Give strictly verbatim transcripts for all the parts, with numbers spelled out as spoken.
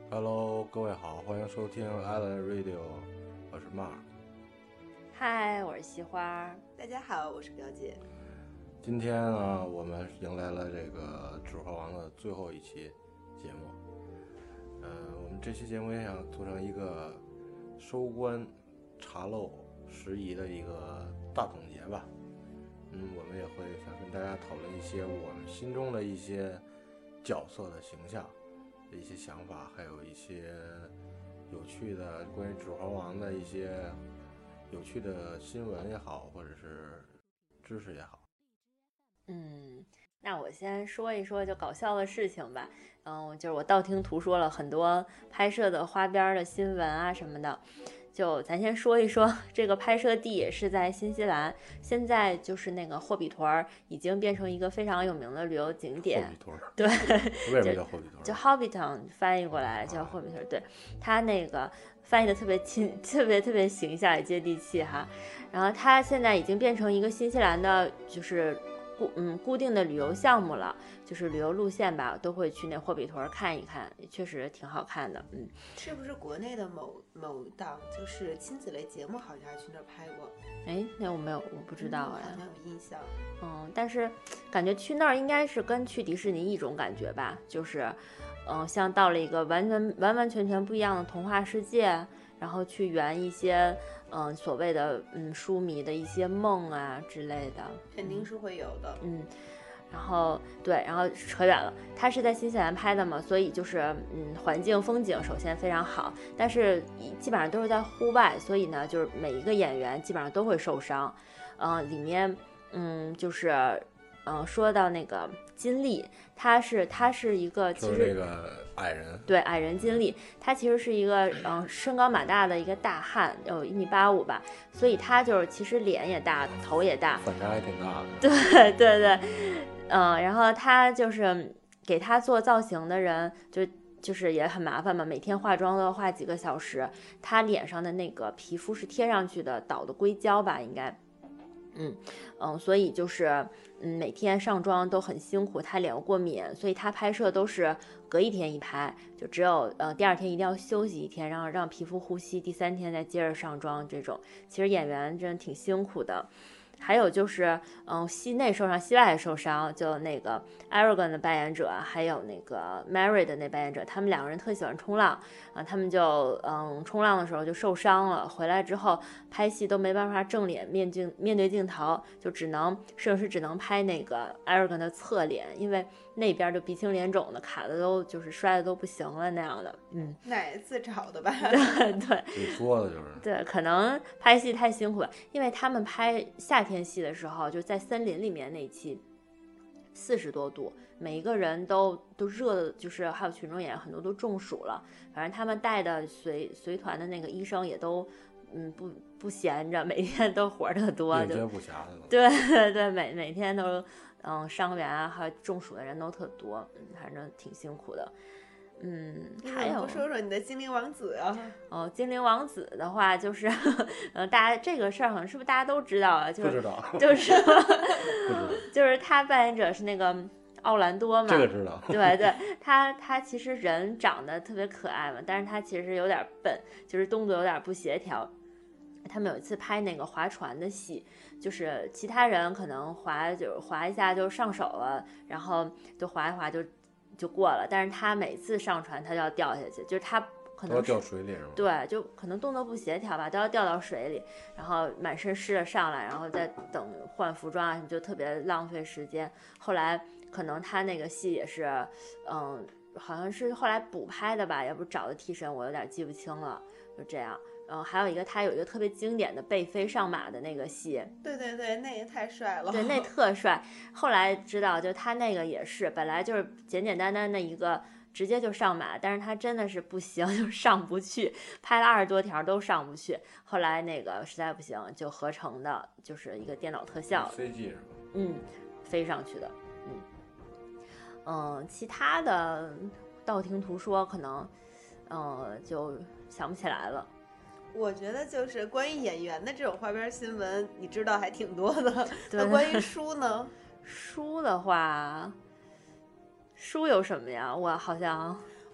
Hello， 各位好，欢迎收听 Allen Radio， 我是 Mark。 嗨，我是西花。 大家好，我是表姐。 今天呢，我们迎来了这个《指环王》的最后一期节目。嗯、呃，我们这期节目也想做成一个收官查漏拾遗的一个大总结吧。嗯，我们也会想跟大家讨论一些我们心中的一些角色的形象的一些想法，还有一些有趣的关于《指环王》的一些有趣的新闻也好，或者是知识也好。 嗯，那我先说一说就搞笑的事情吧。嗯，就是我道听途说了很多拍摄的花边的新闻啊什么的。就咱先说一说，这个拍摄地是在新西兰，现在就是那个霍比屯已经变成一个非常有名的旅游景点。 霍比屯， 对， 为什么叫霍比屯？ 就 Hobbiton 翻译过来叫霍比屯，对，它那个翻译的特别亲，特别特别形象也接地气哈。然后它现在已经变成一个新西兰的，就是固嗯固定的旅游项目了，就是旅游路线吧，都会去那霍比屯看一看，确实挺好看的。嗯， 是不是国内的某某档就是亲子类节目，好像还去那儿拍过？ 哎，那我没有，我不知道哎、 嗯，好像有印象。 嗯，但是感觉去那儿应该是跟去迪士尼一种感觉吧，就是嗯，像到了一个完全完完全全不一样的童话世界，然后去圆一些嗯所谓的嗯书迷的一些梦啊之类的， 肯定是会有的。 嗯，然后对，然后扯远了，它是在新西兰拍的嘛，所以就是嗯环境风景首先非常好，但是基本上都是在户外，所以呢就是每一个演员基本上都会受伤，嗯、呃，里面嗯就是嗯、呃、说到那个金丽，他是他是一个其实就是那个矮人， 对，矮人金丽，他其实是一个嗯身高马大的一个大汉，有一米八五吧，所以他就是其实脸也大，头也大， 反差还挺大的。 对对对，嗯，然后他就是给他做造型的人就。就是也很麻烦嘛，每天化妆都要化几个小时，他脸上的那个皮肤是贴上去的，导的硅胶吧，应该，嗯嗯，所以就是嗯每天上妆都很辛苦，他脸又过敏，所以他拍摄都是隔一天一拍，就只有呃第二天一定要休息一天，让让皮肤呼吸，第三天再接着上妆。这种其实演员真的挺辛苦的。还有就是，嗯，戏内受伤，戏外也受伤。就那个 Aragorn 的扮演者，还有那个 Merry 的那扮演者，他们两个人特喜欢冲浪啊，他们就嗯冲浪的时候就受伤了，回来之后拍戏都没办法正脸面镜面对镜头，就只能摄影师只能拍那个 Aragorn 的侧脸，因为那边就鼻青脸肿的，卡的都就是摔的都不行了那样的。嗯， 那也自找的吧？ 对对， 你说的就是对，可能拍戏太辛苦了，因为他们拍夏天戏的时候，就在森林里面那一期，四十多度，每一个人都都热的，就是还有群众演员很多都中暑了。反正他们带的随随团的那个医生也都，嗯，不不闲着，每天都活特多， 应接不暇的了。 对对对，每每天都，嗯，伤员啊，还有中暑的人都特多，嗯，反正挺辛苦的。嗯，还有不说说你的精灵王子啊？ 哦，精灵王子的话就是，嗯，大家这个事儿好像是不是大家都知道啊？就是、 不知道， 就是就是他扮演者是那个奥兰多嘛， 这个知道。 对对，他他其实人长得特别可爱嘛，但是他其实有点笨，就是动作有点不协调。他们有一次拍那个划船的戏，就是其他人可能划就划一下就上手了，然后就划一划就。就过了，但是他每次上船他就要掉下去，就是他可能都要掉水里是吗？ 对，就可能动作不协调吧，都要掉到水里，然后满身湿了上来，然后再等换服装啊什么，就特别浪费时间。后来可能他那个戏也是，嗯，好像是后来补拍的吧，也不是找的替身，我有点记不清了，就这样。嗯，还有一个他有一个特别经典的背飞上马的那个戏， 对对对，那也太帅了， 对，那特帅。后来知道，就他那个也是，本来就是简简单单的一个直接就上马，但是他真的是不行，就上不去，拍了二十多条都上不去。后来那个实在不行，就合成的，就是一个电脑特效 ，C G 是吧？ 嗯，飞上去的，嗯嗯，其他的道听途说，可能嗯就想不起来了。 我觉得就是关于演员的这种花边新闻，你知道还挺多的。那关于书呢？ 书的话，书有什么呀？我好像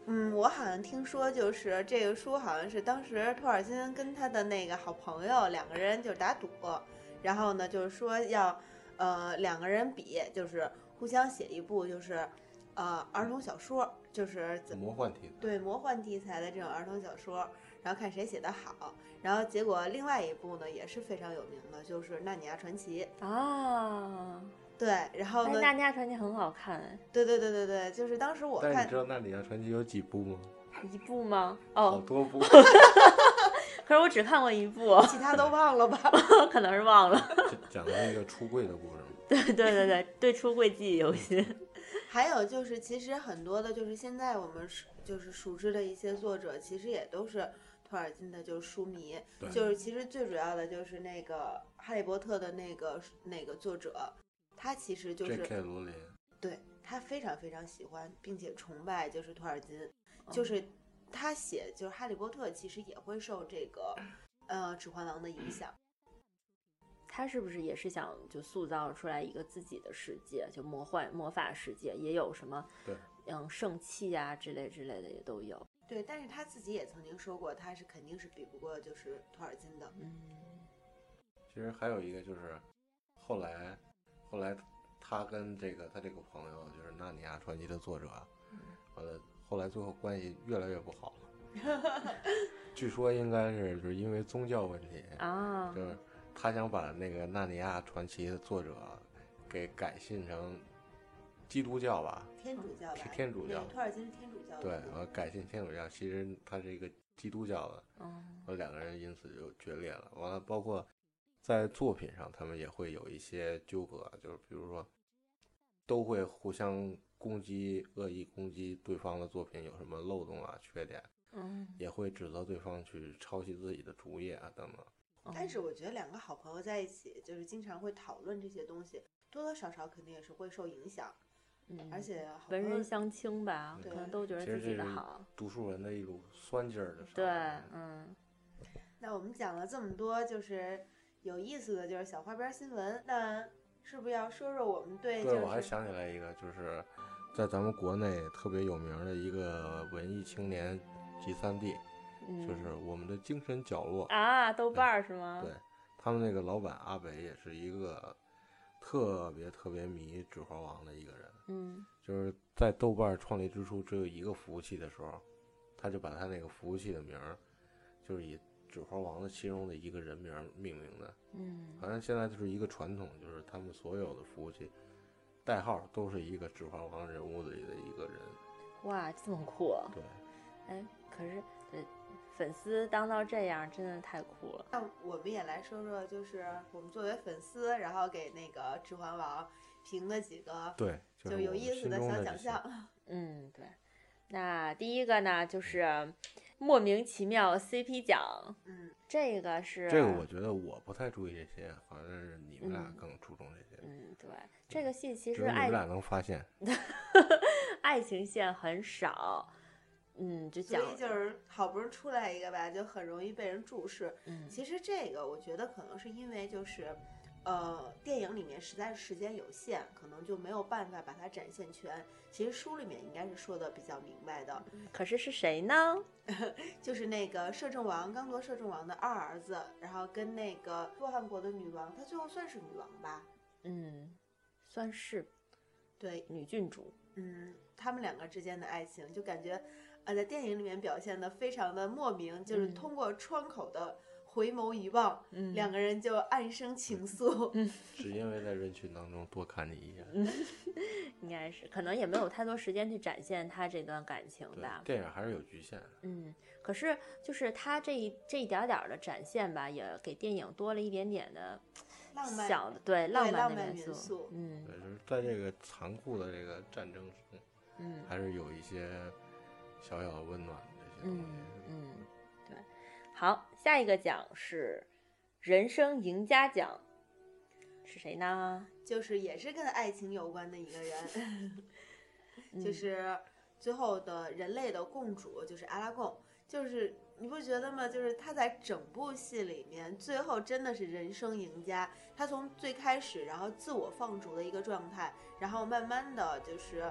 嗯，我好像听说，就是这个书好像是当时托尔金跟他的那个好朋友两个人就是打赌，然后呢就是说要呃两个人比，就是互相写一部就是呃儿童小说，就是怎魔幻题材， 对魔幻题材的这种儿童小说，然后看谁写得好。然后结果另外一部呢也是非常有名的，就是《纳尼亚传奇》 啊。 对，然后呢， 《纳尼亚传奇》很好看。 对对对对对，就是当时我看。 但你知道《纳尼亚传奇》有几部吗？ 一部吗？哦， 好多部。 可是我只看过一部， 其他都忘了吧？ 可能是忘了。 讲的那个出柜的故事。 对对对对，对出柜记忆犹新。 还有就是，其实很多的，就是现在我们就是熟知的一些作者，其实也都是托尔金的，就是书迷。就是其实最主要的就是那个《哈利波特》的那个那个作者，他其实就是 J K 罗琳， 对他非常非常喜欢并且崇拜就是托尔金，就是他写就是《哈利波特》其实也会受这个呃《指环王》的影响。 他是不是也是想就塑造出来一个自己的世界，就魔幻魔法世界，也有什么对嗯圣器啊之类之类的也都有。 对，但是他自己也曾经说过，他是肯定是比不过就是托尔金的。 嗯， 其实还有一个就是后来后来他跟这个他这个朋友就是《纳尼亚传奇》的作者，完了后来最后关系越来越不好了。据说应该是就是因为宗教问题啊， 就是他想把那个《纳尼亚传奇》的作者给改信成基督教吧， 天主教吧， 天主教， 托尔金是天主教的。 对，我改信天主教，其实他是一个基督教的， 嗯， 我两个人因此就决裂了。完了，包括在作品上，他们也会有一些纠葛，就是比如说，都会互相攻击、恶意攻击对方的作品有什么漏洞啊、缺点， 嗯， 也会指责对方去抄袭自己的主业啊等等。 但是我觉得两个好朋友在一起，就是经常会讨论这些东西，多多少少肯定也是会受影响。 嗯， 而且文人相轻吧，可能都觉得自己的好。 读书人的一股酸劲儿的。 对，嗯。 那我们讲了这么多，就是有意思的就是小花边新闻，那是不是要说说我们对、就是？ 对，我还想起来一个，就是在咱们国内特别有名的一个文艺青年集散地。 嗯、 就是我们的精神角落啊，豆瓣是吗？ 对，他们那个老板阿北也是一个特别特别迷《指环王》的一个人。 嗯， 就是在豆瓣创立之初只有一个服务器的时候，他就把他那个服务器的名儿，就是以《指环王》的其中的一个人名命名的。 嗯， 好像现在就是一个传统，就是他们所有的服务器代号都是一个《指环王》人物里的一个人。 哇，这么酷！ 对， 哎，可是对。粉丝当到这样真的太酷了。 那我们也来说说，就是我们作为粉丝，然后给那个《指环王》评的几个对，就, 就有意思的小奖项。 嗯，对。那第一个呢，就是莫名其妙 C P 奖。 嗯， 这个是这个我觉得我不太注意这些，好像是你们俩更注重这些。 嗯，嗯对，这个戏其实爱你们俩能发现， 爱情线很少。嗯，就讲， 所以就是好不容易出来一个吧，就很容易被人注视。 嗯， 其实这个我觉得可能是因为就是，呃，电影里面实在是时间有限，可能就没有办法把它展现全。其实书里面应该是说的比较明白的。 可是是谁呢？ 就是那个摄政王刚铎摄政王的二儿子，然后跟那个多汉国的女王，她最后算是女王吧？ 嗯，算是。 对， 女郡主。 嗯，他们两个之间的爱情就感觉。呃，在电影里面表现的非常的莫名，就是通过窗口的回眸一望， 嗯、 两个人就暗生情愫。 嗯， 只因为在人群当中多看你一眼。 嗯，应该是，可能也没有太多时间去展现他这段感情吧。 电影还是有局限。 嗯，可是就是他这一这一点点的展现吧，也给电影多了一点点的浪漫小的对浪漫的元素。 素嗯， 对，就是在这个残酷的这个战争中， 嗯， 还是有一些。小小的温暖这些东西。 嗯嗯，对。好，下一个奖是人生赢家奖，是谁呢？ 就是也是跟爱情有关的一个人，就是最后的人类的共主，就是阿拉贡。就是你不觉得吗？就是他在整部戏里面，最后真的是人生赢家。他从最开始，然后自我放逐的一个状态，然后慢慢的就是。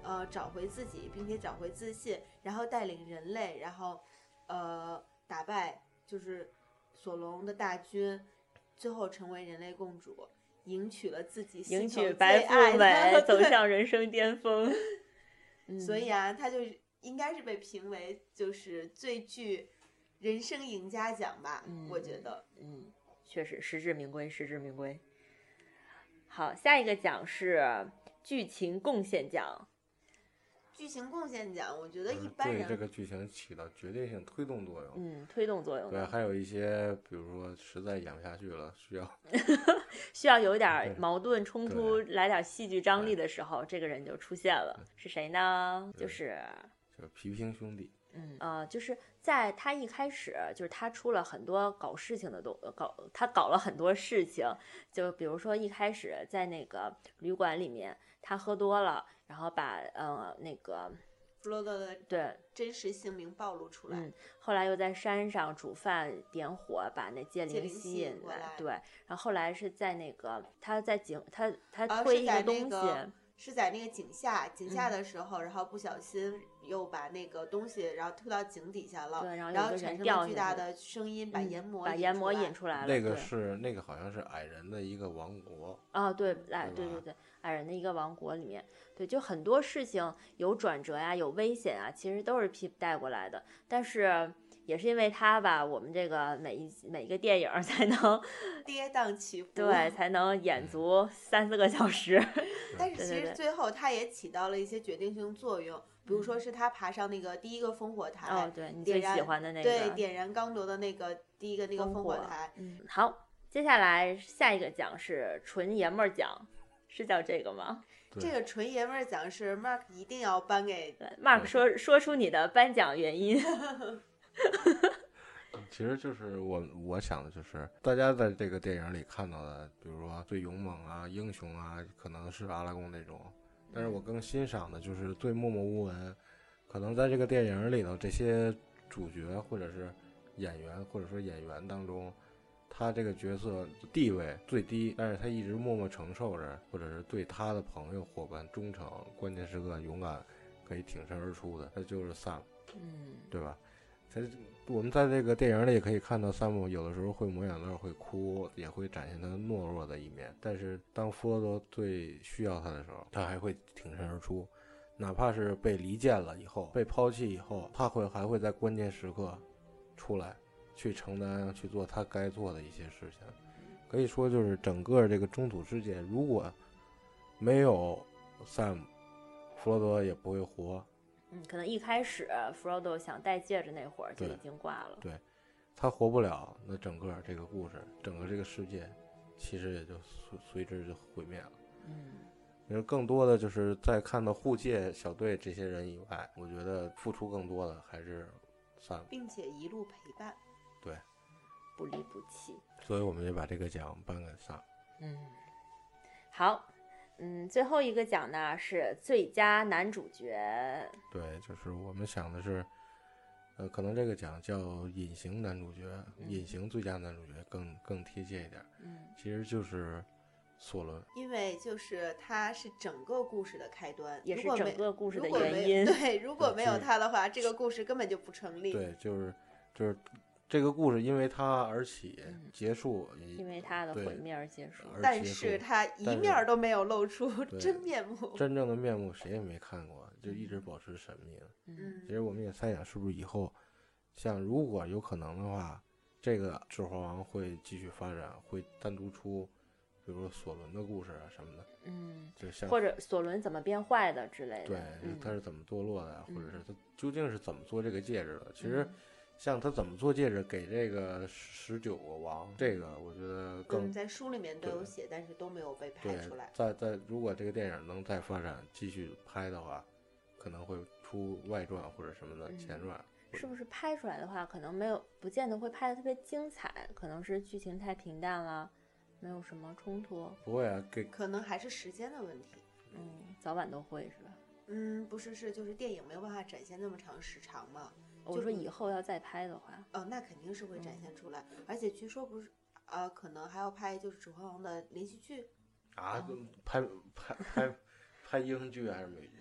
呃找回自己，并且找回自信，然后带领人类，然后呃打败就是索隆的大军，最后成为人类共主，迎娶了自己迎心头娶白富最爱美， 的走对向人生巅峰。嗯、 所以啊，他就应该是被评为就是最具人生赢家奖吧， 嗯、 我觉得。 嗯，确实实至名归，实至名归。好，下一个奖是剧情贡献奖。 剧情贡献奖，我觉得一嗯般人对这个剧情起到决定性推动作用。 嗯，推动作用对， 的。 还有一些，比如说实在演不下去了，需要需要有点对矛盾冲突， 对来点戏剧张力的时候，这个人就出现了。是谁呢？ 对就是这个皮皮兄弟。 嗯呃，就是在他一开始，就是他出了很多搞事情的东搞，他搞了很多事情，就比如说一开始在那个旅馆里面，他喝多了，然后把呃那个弗罗多的对真实姓名暴露出来。 嗯，后来又在山上煮饭点火，把那戒灵戒灵吸吸引来。 引过来对，然后后来是在那个他在井他他啊推一是在东西。 那个是在那个井下，井下嗯的时候，然后不小心又把那个东西，然后推到井底下了， 对然后然有个人后产生了巨掉下去大的声音，把嗯研磨把研磨引引出来了。 那个对是那个好像是矮人的一个王国。 啊，对，哎， 对吧对对对，矮人的一个王国里面，对，就很多事情有转折呀，有危险啊，其实都是 P 带过来的。但是也是因为他吧，我们这个每一每一个电影才能跌宕起伏。 对，才能演足三四个小时。 但是其实对对对最后他也起到了一些决定性作用，比如说是他爬上那个第一个烽火台， 哦，对你最点燃喜欢的那个， 对，点燃刚铎的那个第一个那个烽火火台。 嗯，好，接下来下一个奖是纯爷们儿奖，是叫这个吗？ 对这个纯爷们儿奖是 Mark 一定要颁给对，Mark 说说出你的颁奖原因。 其实就是我我想的就是大家在这个电影里看到的，比如说最勇猛啊、英雄啊，可能是阿拉贡那种，但是我更欣赏的就是最默默无闻，可能在这个电影里头这些主角或者是演员或者说演员当中，他这个角色地位最低，但是他一直默默承受着，或者是对他的朋友伙伴忠诚，关键时刻勇敢可以挺身而出的，他就是 Sam， 嗯， 对吧？他我们在这个电影里也可以看到Sam有的时候会抹眼泪会哭，也会展现他懦弱的一面，但是当弗罗多最需要他的时候，他还会挺身而出，哪怕是被离间了以后，被抛弃以后，他会还会在关键时刻出来去承担去做他该做的一些事情。可以说就是整个这个中土世界如果没有 Sam， 弗罗多也不会活。 嗯，可能一开始 Frodo 想戴戒指那会儿就对已经挂了。 对，他活不了，那整个这个故事，整个这个世界，其实也就随随之就毁灭了。 嗯， 因为更多的就是在看到护戒小队这些人以外，我觉得付出更多的还是 Sam， 并且一路陪伴。 对， 不离不弃。 所以我们也把这个奖颁给 Sam。 嗯，好。嗯，最后一个奖呢是最佳男主角。 对，就是我们想的是，呃，可能这个奖叫隐形男主角， 嗯、 隐形最佳男主角更更贴切一点。 嗯， 其实就是索伦， 因为就是他是整个故事的开端， 也是整个故事的原原因。 对，如果没有他的话，这个故事根本就不成立。 对，就是就是这个故事因为他而起， 嗯、 结束， 因为他的毁灭而结束。 但是他一面都没有露出真面目， 真正的面目谁也没看过，就一直保持神秘了。 嗯， 其实我们也猜想，是不是以后，像如果有可能的话，这个指环王会继续发展，会单独出，比如说索伦的故事啊什么的。 嗯， 就像或者索伦怎么变坏的之类的。 对， 嗯、 他是怎么堕落的， 嗯、 或者是他究竟是怎么做这个戒指的？其实。像他怎么做戒指给这个十九个王，这个我觉得更、 嗯、在书里面都有写，但是都没有被拍出来。 在在如果这个电影能再发展继续拍的话，可能会出外传或者什么的前传。 嗯、是不是拍出来的话，可能没有，不见得会拍得特别精彩，可能是剧情太平淡了，没有什么冲突。 不会啊，给可能还是时间的问题。 嗯，早晚都会是吧？ 嗯，不是，是就是电影没有办法展现那么长时长嘛。 我说以后要再拍的话， 哦，那肯定是会展现出来，嗯、而且据说不是，呃，可能还要拍就是《指环王》的连续剧啊，拍拍拍拍英剧还是美剧？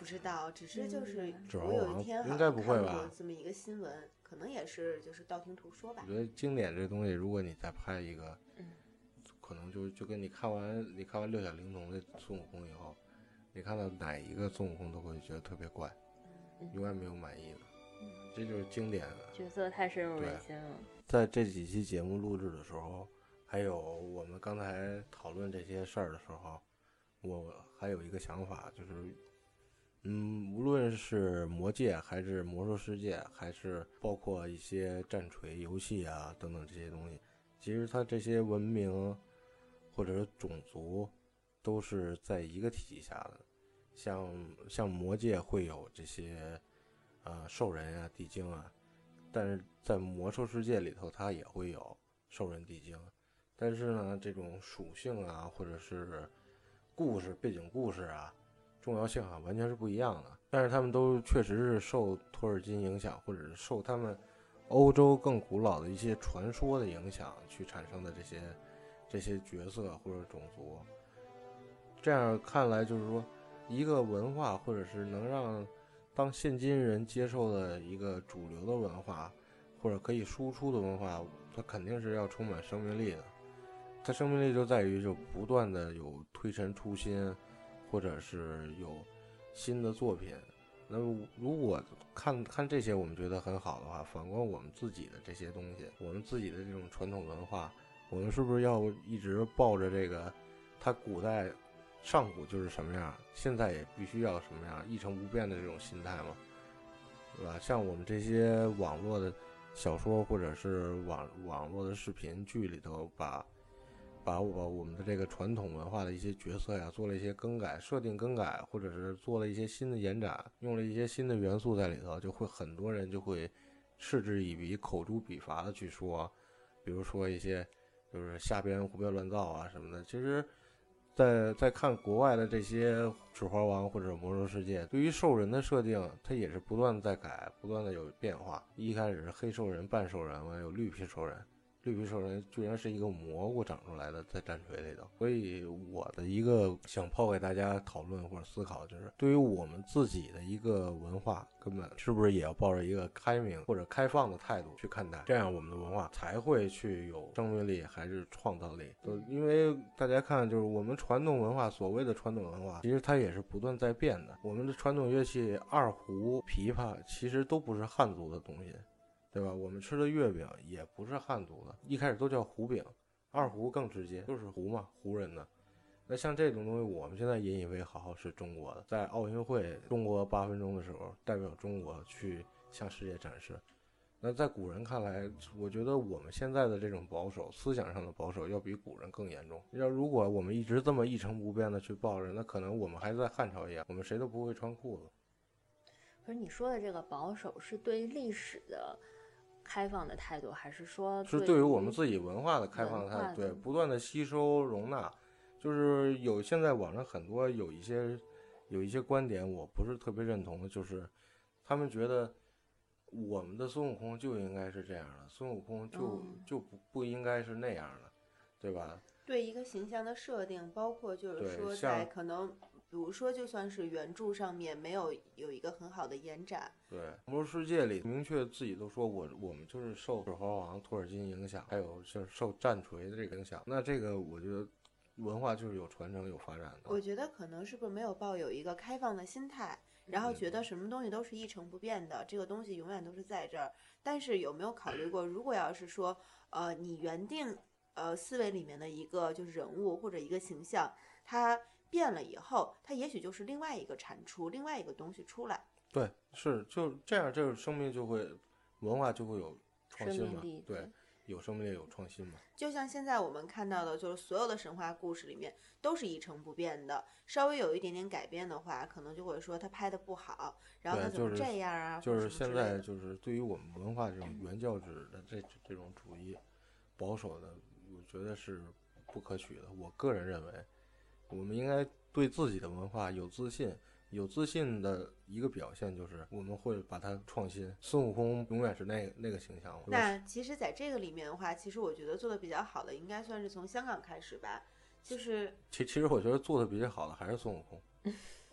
不知道，只是就是指环我有王一天好应该像看不会吧过这么一个新闻，可能也是就是道听途说吧我。觉得经典这东西，如果你再拍一个， 嗯， 可能就就跟你看完你看完六小龄童的孙悟空以后，你看到哪一个孙悟空都会觉得特别怪， 嗯永远没有满意的， 嗯这就是经典的。 角色太深入人心了。 在这几期节目录制的时候，还有我们刚才讨论这些事儿的时候，我还有一个想法，就是，嗯，无论是魔戒还是魔兽世界，还是包括一些战锤游戏啊等等这些东西，其实它这些文明或者是种族都是在一个体系下的。像像魔戒会有这些呃兽人啊、地精啊，但是在魔兽世界里头它也会有兽人、地精，但是呢，这种属性啊，或者是故事背景故事啊，重要性啊，完全是不一样的。但是他们都确实是受托尔金影响，或者是受他们欧洲更古老的一些传说的影响去产生的这些这些角色或者种族。这样看来，就是说，一个文化或者是能让当现今人接受的一个主流的文化，或者可以输出的文化，它肯定是要充满生命力的。它生命力就在于就不断的有推陈出新，或者是有新的作品。那如果看看这些我们觉得很好的话，反观我们自己的这些东西，我们自己的这种传统文化，我们是不是要一直抱着这个它古代上古就是什么样，现在也必须要什么样，一成不变的这种心态嘛，对吧？像我们这些网络的小说或者是网网络的视频剧里头，把把我我们的这个传统文化的一些角色呀做了一些更改，设定更改，或者是做了一些新的延展，用了一些新的元素在里头，就会很多人就会嗤之以鼻，口诛笔伐的去说，比如说一些就是瞎编胡编乱造啊什么的。其实在在看国外的这些指环王或者魔兽世界，对于兽人的设定，它也是不断的在改，不断的有变化。一开始是黑兽人、半兽人，完有绿皮兽人，绿皮兽人居然是一个蘑菇长出来的，在战锤里头。所以我的一个想抛给大家讨论或者思考，就是对于我们自己的一个文化，根本是不是也要抱着一个开明或者开放的态度去看待，这样我们的文化才会去有生命力还是创造力。因为大家看，就是我们传统文化，所谓的传统文化其实它也是不断在变的。我们的传统乐器二胡、琵琶其实都不是汉族的东西，对吧？我们吃的月饼也不是汉族的，一开始都叫胡饼，二胡更直接，就是胡嘛，胡人的。那像这种东西，我们现在引以为豪是中国的，在奥运会中国八分钟的时候，代表中国去向世界展示。那在古人看来，我觉得我们现在的这种保守，思想上的保守，要比古人更严重。要如果我们一直这么一成不变的去抱着，那可能我们还在汉朝一样，我们谁都不会穿裤子。 可是你说的这个保守，是对历史的开放的态度，还是说是对于我们自己文化的开放的态度？对，不断的吸收容纳。就是有现在网上很多有一些有一些观点我不是特别认同的，就是他们觉得我们的孙悟空就应该是这样的，孙悟空就、嗯、就不不应该是那样的，对吧？ 对一个形象的设定，包括就是说在可能比如说就算是原著上面没有有一个很好的延展。 对，魔兽世界里明确自己都说我我们就是受指环王、托尔金影响，还有就是受战锤的这个影响。那这个我觉得文化就是有传承有发展的。 我觉得可能是不是没有抱有一个开放的心态，然后觉得什么东西都是一成不变的，这个东西永远都是在这儿。但是有没有考虑过，如果要是说呃你原定呃思维里面的一个就是人物或者一个形象，它变了以后，它也许就是另外一个产出，另外一个东西出来。 对，是就这样，这个生命就会文化就会有创新嘛。对，有生命力有创新嘛。 就像现在我们看到的，就是所有的神话故事里面都是一成不变的，稍微有一点点改变的话，可能就会说他拍的不好，然后他怎么这样啊？ 就是、就是现在就是对于我们文化这种原教旨的这这种主义，保守的，我觉得是不可取的。我个人认为，我们应该对自己的文化有自信。有自信的一个表现就是我们会把它创新。孙悟空永远是那个那个形象。 那其实在这个里面的话，其实我觉得做的比较好的应该算是从香港开始吧，就是其其实我觉得做的比较好的还是孙悟空。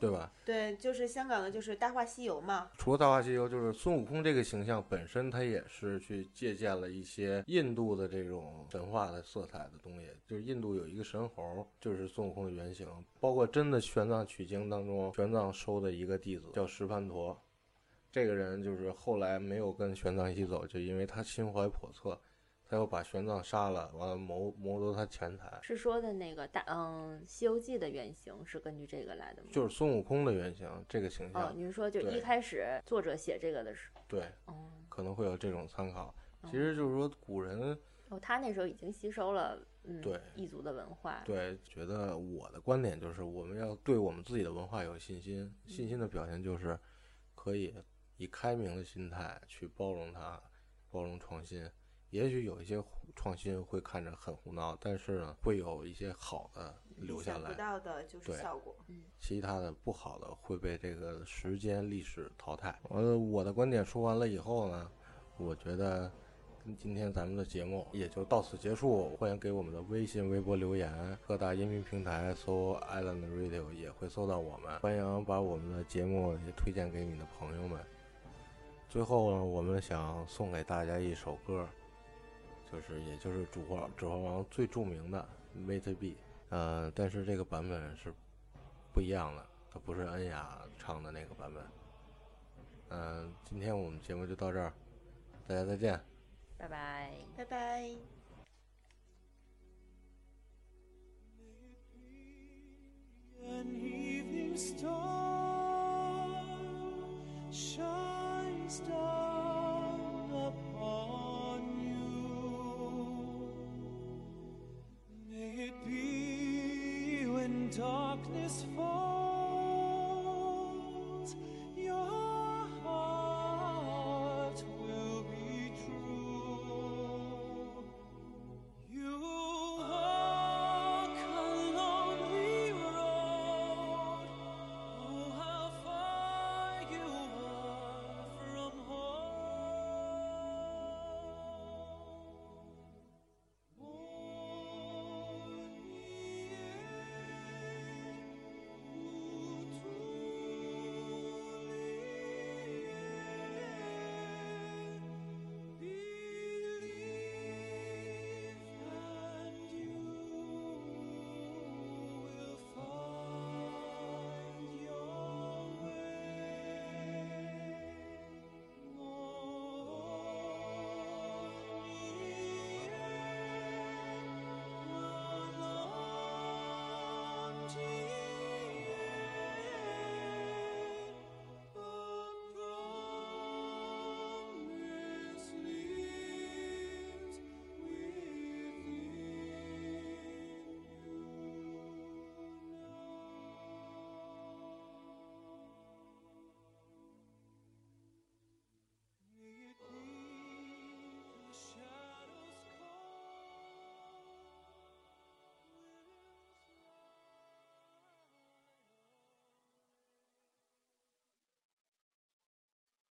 对吧？ 对，就是香港的，就是《大话西游》嘛。 除了《大话西游》，就是孙悟空这个形象本身，它也是去借鉴了一些印度的这种神话的色彩的东西。就是印度有一个神猴，就是孙悟空的原型，包括真的玄奘取经当中，玄奘收的一个弟子叫石盘陀。这个人就是后来没有跟玄奘一起走，就因为他心怀叵测，他又把玄奘杀了，完了谋谋夺他钱财。 是说的那个大嗯《西游记》的原型是根据这个来的吗？ 就是孙悟空的原型这个形象。 哦，你是说就一开始作者写这个的时候？ 对， 哦， 可能会有这种参考。其实就是说古人哦，他那时候已经吸收了嗯对异族的文化。 对，觉得我的观点就是我们要对我们自己的文化有信心，信心的表现就是可以以开明的心态去包容它，包容创新。也许有一些创新会看着很胡闹，但是呢，会有一些好的留下来， 意想不到的就是效果。 嗯， 其他的不好的会被这个时间历史淘汰。呃，我的观点说完了以后呢，我觉得今天咱们的节目也就到此结束。欢迎给我们的微信、微博留言，各大音频平台搜 Island Radio 也会搜到我们。欢迎把我们的节目也推荐给你的朋友们。最后呢，我们想送给大家一首歌，就是也就是《指环指环王》最著名的《Mate B》，呃，但是这个版本是不一样的，它不是恩雅唱的那个版本。嗯、呃，今天我们节目就到这儿，大家再见， 拜拜， 拜拜。 An evening star shines down